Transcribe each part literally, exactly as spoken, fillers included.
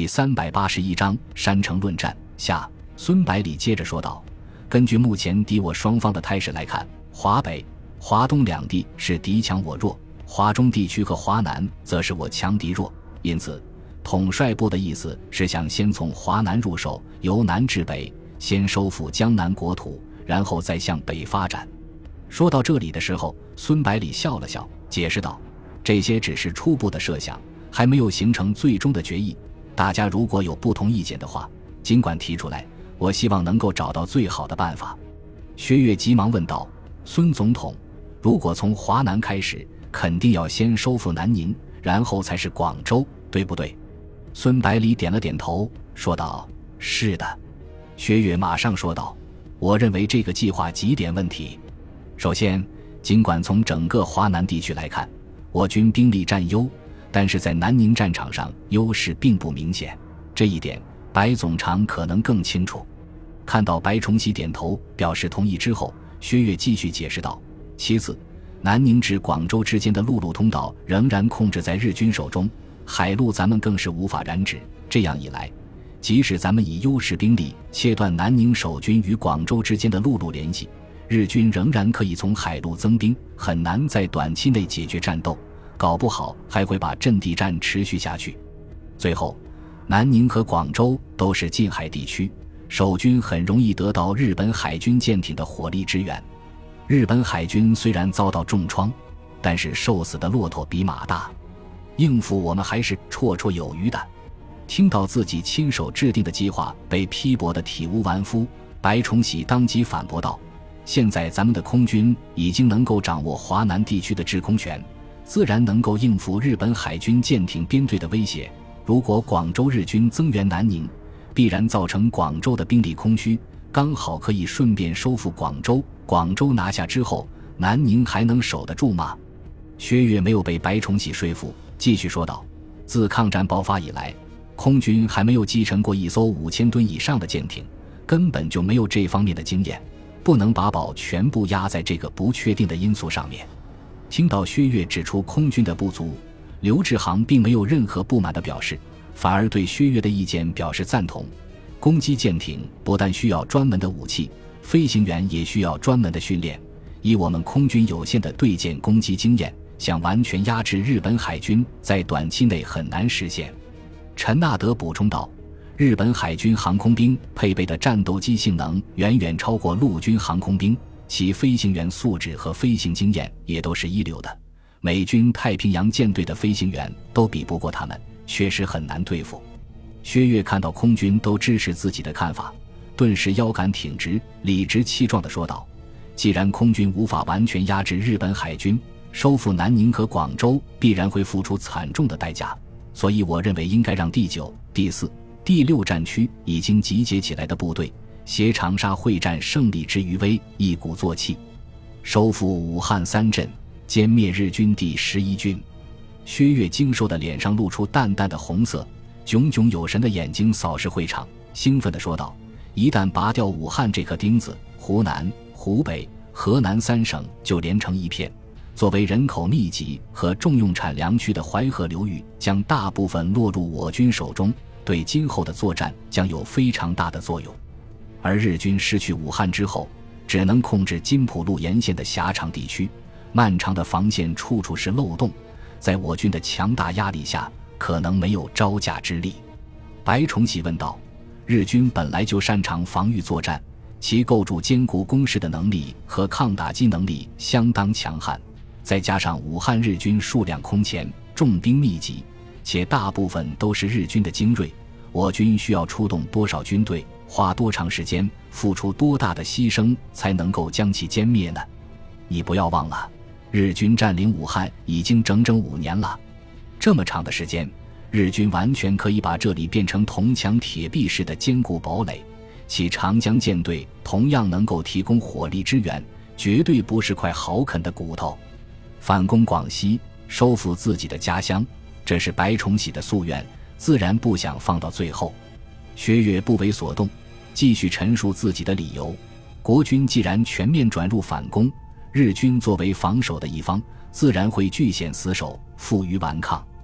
第三百八十一章山城论战下。孙百里接着说道，根据目前敌我双方的态势来看，华北、华东两地是敌强我弱，华中地区和华南则是我强敌弱，因此统帅部的意思是想先从华南入手，由南至北，先收复江南国土，然后再向北发展。说到这里的时候，孙百里笑了笑，解释道，这些只是初步的设想，还没有形成最终的决议，大家如果有不同意见的话，尽管提出来，我希望能够找到最好的办法。薛岳急忙问道，孙总统，如果从华南开始，肯定要先收复南宁，然后才是广州，对不对？孙百里点了点头，说道，是的。薛岳马上说道，我认为这个计划几点问题。首先，尽管从整个华南地区来看，我军兵力占优，但是在南宁战场上优势并不明显，这一点白总长可能更清楚。看到白崇禧点头表示同意之后，薛岳继续解释道，其次，南宁至广州之间的陆路通道仍然控制在日军手中，海路咱们更是无法染指，这样一来，即使咱们以优势兵力切断南宁守军与广州之间的陆路联系，日军仍然可以从海路增兵，很难在短期内解决战斗，搞不好还会把阵地战持续下去。最后，南宁和广州都是近海地区，守军很容易得到日本海军舰艇的火力支援。日本海军虽然遭到重创，但是瘦死的骆驼比马大，应付我们还是绰绰有余的。听到自己亲手制定的计划被批驳得体无完肤，白崇禧当即反驳道，现在咱们的空军已经能够掌握华南地区的制空权，自然能够应付日本海军舰艇编队的威胁。如果广州日军增援南宁，必然造成广州的兵力空虚，刚好可以顺便收复广州。广州拿下之后，南宁还能守得住吗？薛岳没有被白崇禧说服，继续说道，自抗战爆发以来，空军还没有继承过一艘五千吨以上的舰艇，根本就没有这方面的经验，不能把宝全部压在这个不确定的因素上面。听到薛岳指出空军的不足，刘志航并没有任何不满的表示，反而对薛岳的意见表示赞同。攻击舰艇不但需要专门的武器，飞行员也需要专门的训练，以我们空军有限的对舰攻击经验，想完全压制日本海军在短期内很难实现。陈纳德补充道，日本海军航空兵配备的战斗机性能远远超过陆军航空兵，其飞行员素质和飞行经验也都是一流的，美军太平洋舰队的飞行员都比不过他们，确实很难对付。薛岳看到空军都支持自己的看法，顿时腰杆挺直，理直气壮地说道，既然空军无法完全压制日本海军，收复南宁和广州必然会付出惨重的代价，所以我认为应该让第九、第四、第六战区已经集结起来的部队携长沙会战胜利之余威，一鼓作气，收复武汉三镇，歼灭日军第十一军。薛岳精瘦的脸上露出淡淡的红色，炯炯有神的眼睛扫视会场，兴奋地说道，一旦拔掉武汉这颗钉子，湖南、湖北、河南三省就连成一片，作为人口密集和重用产粮区的淮河流域将大部分落入我军手中，对今后的作战将有非常大的作用。而日军失去武汉之后，只能控制津浦路沿线的狭长地区，漫长的防线处处是漏洞，在我军的强大压力下，可能没有招架之力。白崇禧问道，日军本来就擅长防御作战，其构筑坚固工事的能力和抗打击能力相当强悍，再加上武汉日军数量空前，重兵密集，且大部分都是日军的精锐，我军需要出动多少军队，花多长时间，付出多大的牺牲才能够将其歼灭呢？你不要忘了，日军占领武汉已经整整五年了，这么长的时间，日军完全可以把这里变成铜墙铁壁式的坚固堡垒，其长江舰队同样能够提供火力支援，绝对不是块好啃的骨头。反攻广西，收复自己的家乡，这是白崇禧的夙愿，自然不想放到最后。薛岳不为所动，继续陈述自己的理由。国军既然全面转入反攻，日军作为防守的一方，自然会据险死守，负隅顽抗。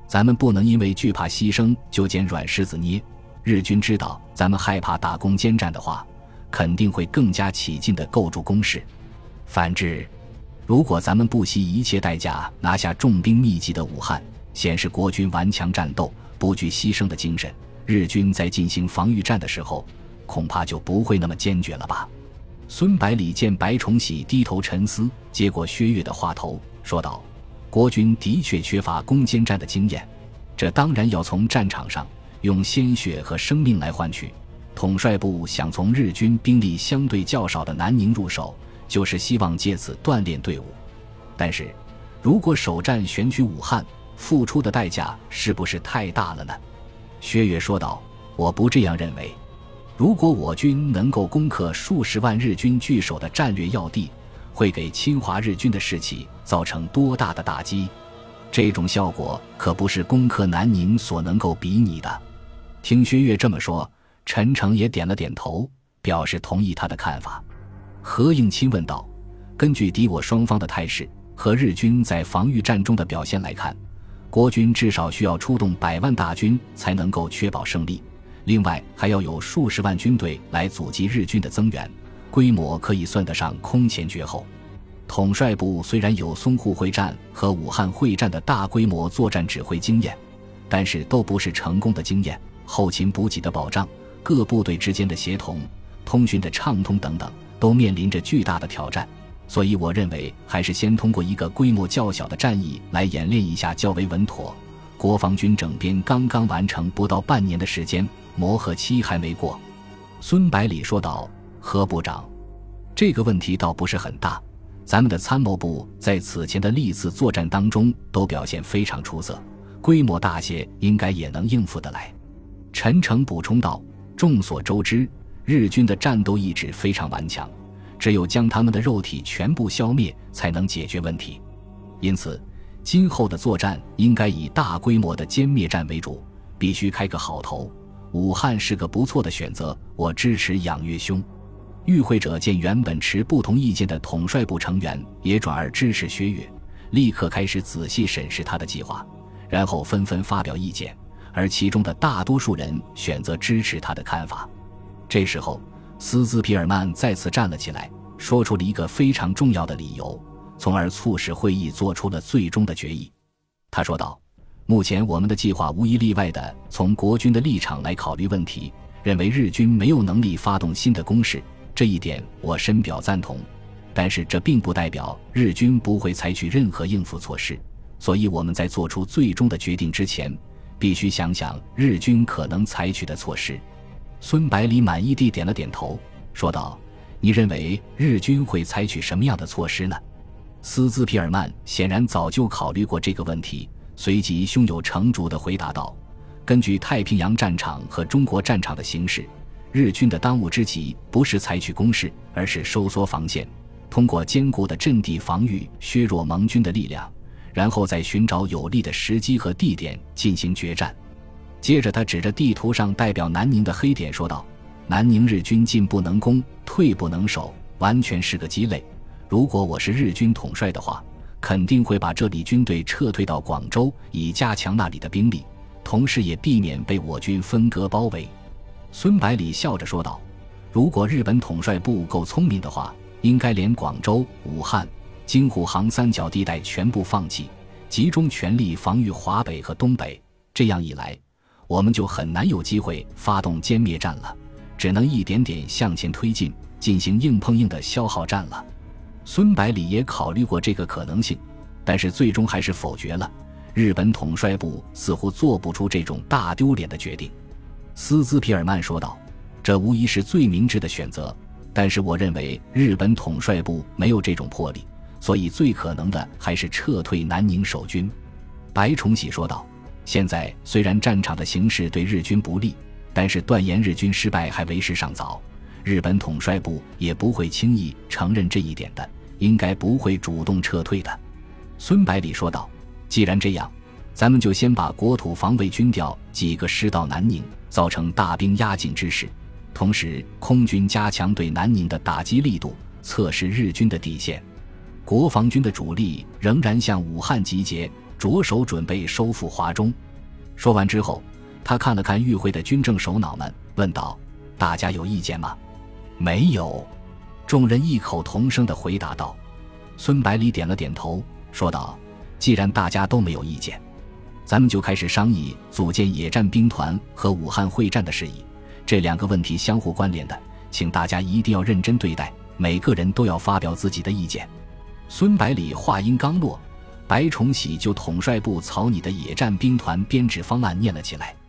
咱们不能因为惧怕牺牲就捡软柿子捏。日军知道咱们害怕打攻坚战的话，肯定会更加起劲地构筑工事。反之，如果咱们不惜一切代价拿下重兵密集的武汉，显示国军顽强战斗、不惧牺牲的精神，日军在进行防御战的时候，恐怕就不会那么坚决了吧。孙百里见白崇禧低头沉思，接过薛岳的话头，说道：国军的确缺乏攻坚战的经验，这当然要从战场上用鲜血和生命来换取。统帅部想从日军兵力相对较少的南宁入手，就是希望借此锻炼队伍。但是如果首战选取武汉，付出的代价是不是太大了呢？薛岳说道：我不这样认为。如果我军能够攻克数十万日军据守的战略要地，会给侵华日军的士气造成多大的打击？这种效果可不是攻克南宁所能够比拟的。听薛岳这么说，陈诚也点了点头，表示同意他的看法。何应钦问道：根据敌我双方的态势和日军在防御战中的表现来看，国军至少需要出动百万大军才能够确保胜利，另外还要有数十万军队来阻击日军的增援，规模可以算得上空前绝后。统帅部虽然有淞沪会战和武汉会战的大规模作战指挥经验，但是都不是成功的经验，后勤补给的保障、各部队之间的协同、通讯的畅通等等，都面临着巨大的挑战。所以我认为还是先通过一个规模较小的战役来演练一下较为稳妥。国防军整编刚刚完成不到半年的时间，磨合期还没过。孙百里说道：何部长，这个问题倒不是很大，咱们的参谋部在此前的历次作战当中都表现非常出色，规模大些应该也能应付得来。陈诚补充道：众所周知，日军的战斗意志非常顽强，只有将他们的肉体全部消灭才能解决问题。因此今后的作战应该以大规模的歼灭战为主，必须开个好头。武汉是个不错的选择，我支持养岳兄。与会者见原本持不同意见的统帅部成员也转而支持薛岳，立刻开始仔细审视他的计划，然后纷纷发表意见，而其中的大多数人选择支持他的看法。这时候斯兹皮尔曼再次站了起来，说出了一个非常重要的理由，从而促使会议做出了最终的决议。他说道：目前我们的计划无一例外地从国军的立场来考虑问题，认为日军没有能力发动新的攻势，这一点我深表赞同。但是这并不代表日军不会采取任何应付措施，所以我们在做出最终的决定之前，必须想想日军可能采取的措施。孙百里满意地点了点头，说道：你认为日军会采取什么样的措施呢？斯兹皮尔曼显然早就考虑过这个问题，随即胸有成竹地回答道：根据太平洋战场和中国战场的形势，日军的当务之急不是采取攻势，而是收缩防线，通过坚固的阵地防御削弱盟军的力量，然后再寻找有利的时机和地点进行决战。接着他指着地图上代表南宁的黑点说道：南宁日军进不能攻，退不能守，完全是个鸡肋。如果我是日军统帅的话，肯定会把这里军队撤退到广州，以加强那里的兵力，同时也避免被我军分割包围。孙百里笑着说道：如果日本统帅部够聪明的话，应该连广州、武汉、京沪杭三角地带全部放弃，集中全力防御华北和东北。这样一来，我们就很难有机会发动歼灭战了，只能一点点向前推进，进行硬碰硬的消耗战了。孙百里也考虑过这个可能性，但是最终还是否决了。日本统帅部似乎做不出这种大丢脸的决定。斯兹皮尔曼说道：这无疑是最明智的选择，但是我认为日本统帅部没有这种魄力，所以最可能的还是撤退南宁守军。白崇禧说道：现在虽然战场的形势对日军不利，但是断言日军失败还为时尚早，日本统帅部也不会轻易承认这一点的，应该不会主动撤退的。孙百里说道：既然这样，咱们就先把国土防卫军调几个师到南宁，造成大兵压境之势，同时空军加强对南宁的打击力度，测试日军的底线。国防军的主力仍然向武汉集结，着手准备收复华中。 说完之后，他看了看与会的军政首脑们，问道：大家有意见吗？没有。众人异口同声地回答道。孙百里点了点头，说道：既然大家都没有意见，咱们就开始商议组建野战兵团和武汉会战的事宜。这两个问题相互关联的，请大家一定要认真对待，每个人都要发表自己的意见。孙百里话音刚落，白崇禧就统帅部草拟的野战兵团编制方案念了起来。